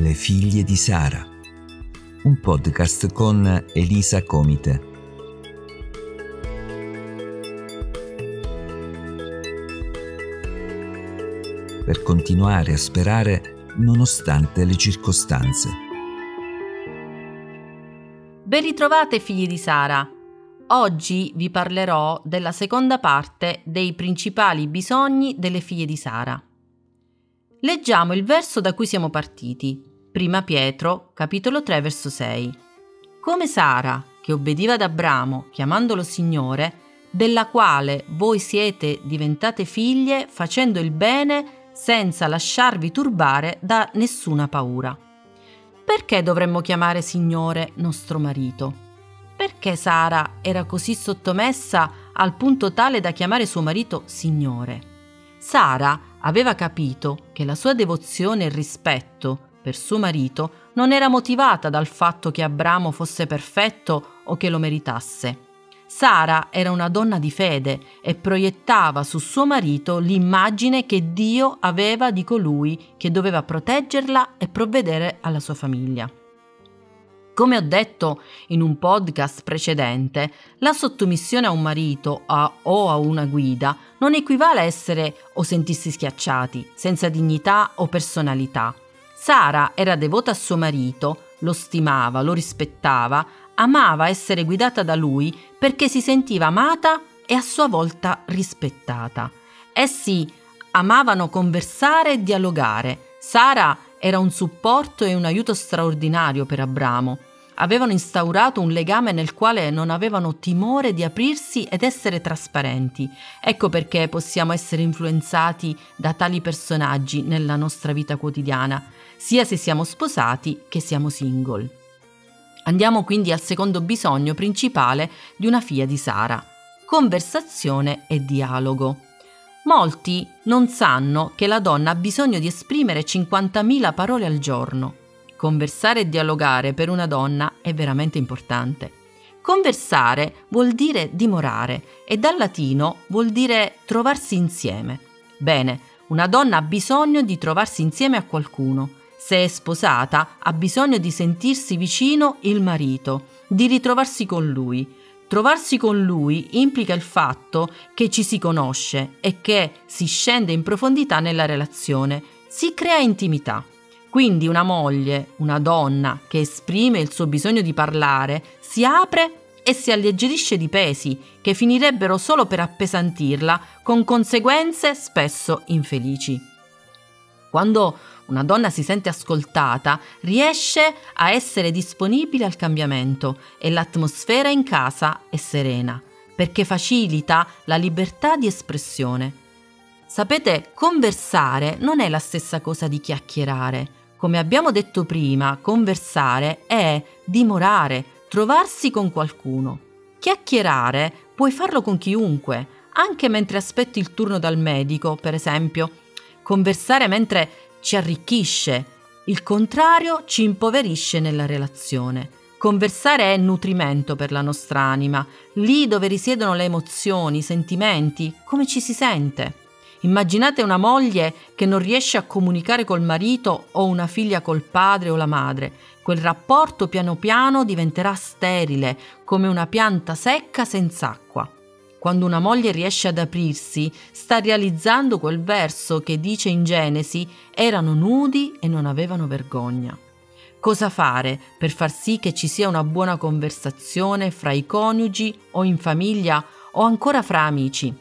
Le figlie di Sara, un podcast con Elisa Comite. Per continuare a sperare nonostante le circostanze. Ben ritrovate figli di Sara. Oggi vi parlerò della seconda parte dei principali bisogni delle figlie di Sara. Leggiamo il verso da cui siamo partiti, 1 Pietro, capitolo 3, verso 6. Come Sara, che obbediva ad Abramo, chiamandolo Signore, della quale voi siete diventate figlie facendo il bene senza lasciarvi turbare da nessuna paura. Perché dovremmo chiamare Signore nostro marito? Perché Sara era così sottomessa al punto tale da chiamare suo marito Signore? Sara aveva capito che la sua devozione e rispetto per suo marito non era motivata dal fatto che Abramo fosse perfetto o che lo meritasse. Sara era una donna di fede e proiettava su suo marito l'immagine che Dio aveva di colui che doveva proteggerla e provvedere alla sua famiglia. Come ho detto in un podcast precedente, la sottomissione a un marito o a una guida non equivale a essere o sentirsi schiacciati, senza dignità o personalità. Sara era devota a suo marito, lo stimava, lo rispettava, amava essere guidata da lui perché si sentiva amata e a sua volta rispettata. Essi amavano conversare e dialogare. Sara era un supporto e un aiuto straordinario per Abramo. Avevano instaurato un legame nel quale non avevano timore di aprirsi ed essere trasparenti. Ecco perché possiamo essere influenzati da tali personaggi nella nostra vita quotidiana, sia se siamo sposati che siamo single. Andiamo quindi al secondo bisogno principale di una figlia di Sara: conversazione e dialogo. Molti non sanno che la donna ha bisogno di esprimere 50.000 parole al giorno. Conversare e dialogare per una donna è veramente importante. Conversare vuol dire dimorare e dal latino vuol dire trovarsi insieme. Bene, una donna ha bisogno di trovarsi insieme a qualcuno. Se è sposata, ha bisogno di sentirsi vicino il marito, di ritrovarsi con lui. Trovarsi con lui implica il fatto che ci si conosce e che si scende in profondità nella relazione, si crea intimità. Quindi una moglie, una donna che esprime il suo bisogno di parlare, si apre e si alleggerisce di pesi che finirebbero solo per appesantirla, con conseguenze spesso infelici. Quando una donna si sente ascoltata, riesce a essere disponibile al cambiamento e l'atmosfera in casa è serena, perché facilita la libertà di espressione. Sapete, conversare non è la stessa cosa di chiacchierare. Come abbiamo detto prima, conversare è dimorare, trovarsi con qualcuno. Chiacchierare puoi farlo con chiunque, anche mentre aspetti il turno dal medico, per esempio. Conversare mentre ci arricchisce, il contrario ci impoverisce nella relazione. Conversare è nutrimento per la nostra anima, lì dove risiedono le emozioni, i sentimenti, come ci si sente. Immaginate una moglie che non riesce a comunicare col marito o una figlia col padre o la madre. Quel rapporto piano piano diventerà sterile, come una pianta secca senza acqua. Quando una moglie riesce ad aprirsi, sta realizzando quel verso che dice in Genesi: erano nudi e non avevano vergogna. Cosa fare per far sì che ci sia una buona conversazione fra i coniugi o in famiglia o ancora fra amici?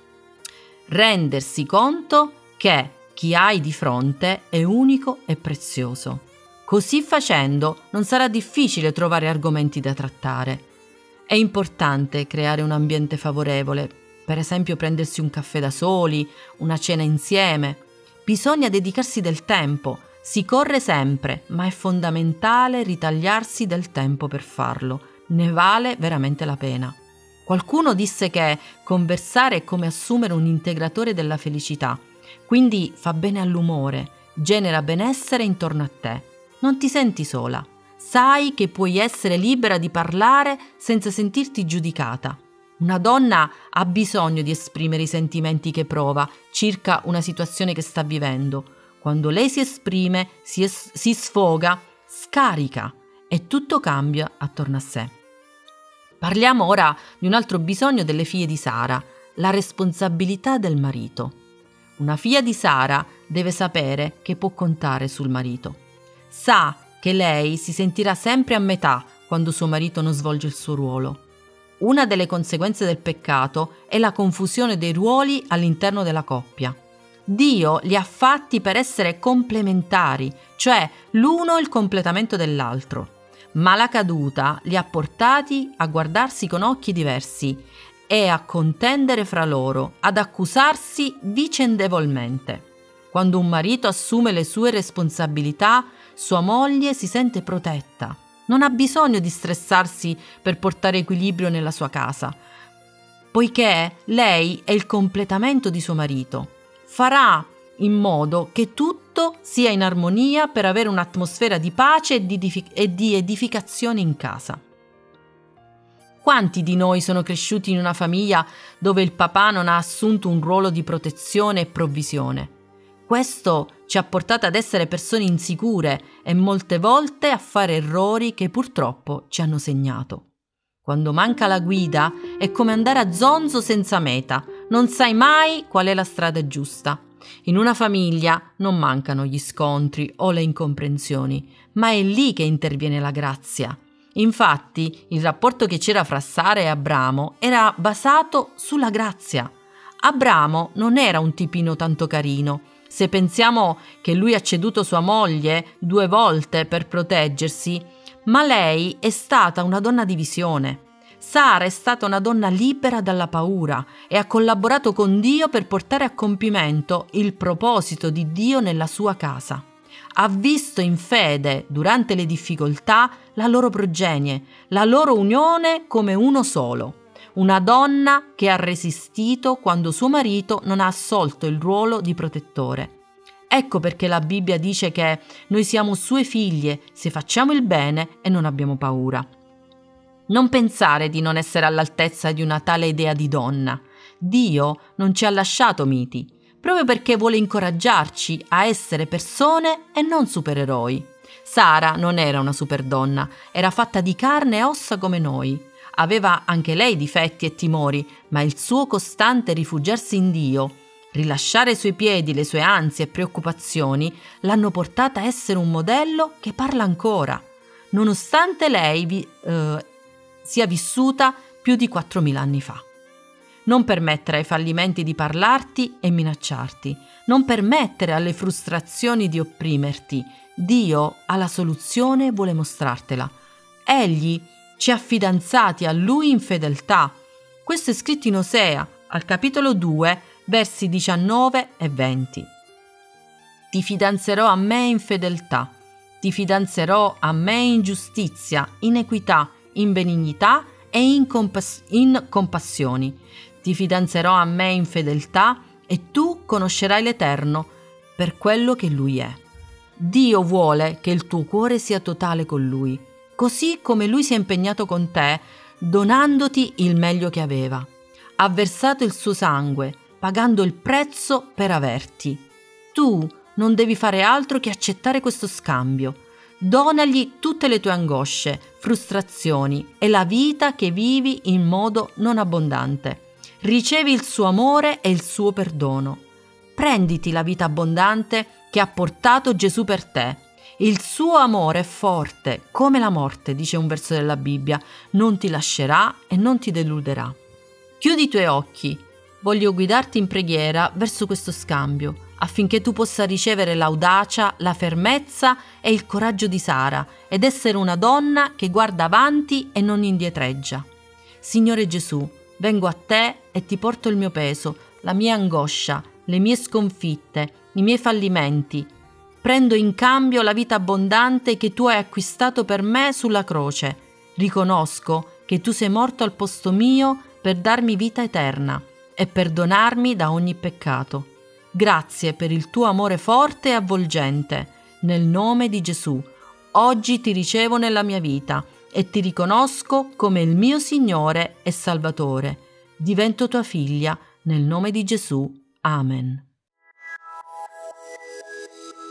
Rendersi conto che chi hai di fronte è unico e prezioso. Così facendo non sarà difficile trovare argomenti da trattare. È importante creare un ambiente favorevole, per esempio prendersi un caffè da soli, una cena insieme. Bisogna dedicarsi del tempo, si corre sempre, ma è fondamentale ritagliarsi del tempo per farlo, ne vale veramente la pena. Qualcuno disse che conversare è come assumere un integratore della felicità, quindi fa bene all'umore, genera benessere intorno a te. Non ti senti sola. Sai che puoi essere libera di parlare senza sentirti giudicata. Una donna ha bisogno di esprimere i sentimenti che prova circa una situazione che sta vivendo. Quando lei si esprime, si sfoga, scarica e tutto cambia attorno a sé. Parliamo ora di un altro bisogno delle figlie di Sara, la responsabilità del marito. Una figlia di Sara deve sapere che può contare sul marito. Sa che lei si sentirà sempre a metà quando suo marito non svolge il suo ruolo. Una delle conseguenze del peccato è la confusione dei ruoli all'interno della coppia. Dio li ha fatti per essere complementari, cioè l'uno il completamento dell'altro. Ma la caduta li ha portati a guardarsi con occhi diversi e a contendere fra loro, ad accusarsi vicendevolmente. Quando un marito assume le sue responsabilità, sua moglie si sente protetta. Non ha bisogno di stressarsi per portare equilibrio nella sua casa, poiché lei è il completamento di suo marito. Farà in modo che tutto sia in armonia per avere un'atmosfera di pace e di edificazione in casa. Quanti di noi sono cresciuti in una famiglia dove il papà non ha assunto un ruolo di protezione e provvisione? Questo ci ha portato ad essere persone insicure e molte volte a fare errori che purtroppo ci hanno segnato. Quando manca la guida è come andare a zonzo senza meta, non sai mai qual è la strada giusta. In una famiglia non mancano gli scontri o le incomprensioni, ma è lì che interviene la grazia. Infatti, il rapporto che c'era fra Sara e Abramo era basato sulla grazia. Abramo non era un tipino tanto carino. Se pensiamo che lui ha ceduto sua moglie 2 volte per proteggersi, ma lei è stata una donna di visione. Sara è stata una donna libera dalla paura e ha collaborato con Dio per portare a compimento il proposito di Dio nella sua casa. Ha visto in fede, durante le difficoltà, la loro progenie, la loro unione come uno solo. Una donna che ha resistito quando suo marito non ha assolto il ruolo di protettore. Ecco perché la Bibbia dice che noi siamo sue figlie se facciamo il bene e non abbiamo paura. Non pensare di non essere all'altezza di una tale idea di donna. Dio non ci ha lasciato miti, proprio perché vuole incoraggiarci a essere persone e non supereroi. Sara non era una superdonna, era fatta di carne e ossa come noi. Aveva anche lei difetti e timori, ma il suo costante rifugiarsi in Dio, rilasciare ai suoi piedi le sue ansie e preoccupazioni, l'hanno portata a essere un modello che parla ancora, nonostante lei sia vissuta più di 4.000 anni fa. Non permettere ai fallimenti di parlarti e minacciarti. Non permettere alle frustrazioni di opprimerti. Dio ha la soluzione e vuole mostrartela. Egli ci ha fidanzati a Lui in fedeltà. Questo è scritto in Osea, al capitolo 2, versi 19 e 20. Ti fidanzerò a me in fedeltà. Ti fidanzerò a me in giustizia, in equità, in benignità e in compassioni. Ti fidanzerò a me in fedeltà e tu conoscerai l'Eterno per quello che Lui è. Dio vuole che il tuo cuore sia totale con Lui, così come Lui si è impegnato con te, donandoti il meglio che aveva. Ha versato il suo sangue, pagando il prezzo per averti. Tu non devi fare altro che accettare questo scambio. Donagli tutte le tue angosce, frustrazioni e la vita che vivi in modo non abbondante. Ricevi il suo amore e il suo perdono. Prenditi la vita abbondante che ha portato Gesù per te. Il suo amore è forte, come la morte, dice un verso della Bibbia, non ti lascerà e non ti deluderà. Chiudi i tuoi occhi. Voglio guidarti in preghiera verso questo scambio, affinché tu possa ricevere l'audacia, la fermezza e il coraggio di Sara ed essere una donna che guarda avanti e non indietreggia. Signore Gesù, vengo a te e ti porto il mio peso, la mia angoscia, le mie sconfitte, i miei fallimenti. Prendo in cambio la vita abbondante che tu hai acquistato per me sulla croce. Riconosco che tu sei morto al posto mio per darmi vita eterna e perdonarmi da ogni peccato. Grazie per il tuo amore forte e avvolgente. Nel nome di Gesù, oggi ti ricevo nella mia vita e ti riconosco come il mio Signore e Salvatore. Divento tua figlia, nel nome di Gesù. Amen.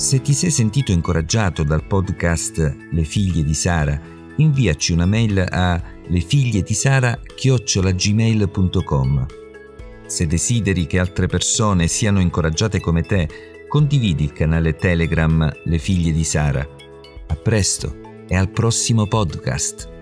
Se ti sei sentito incoraggiato dal podcast Le figlie di Sara, inviaci una mail a lefigliedisara@gmail.com. Se desideri che altre persone siano incoraggiate come te, condividi il canale Telegram Le figlie di Sara. A presto e al prossimo podcast.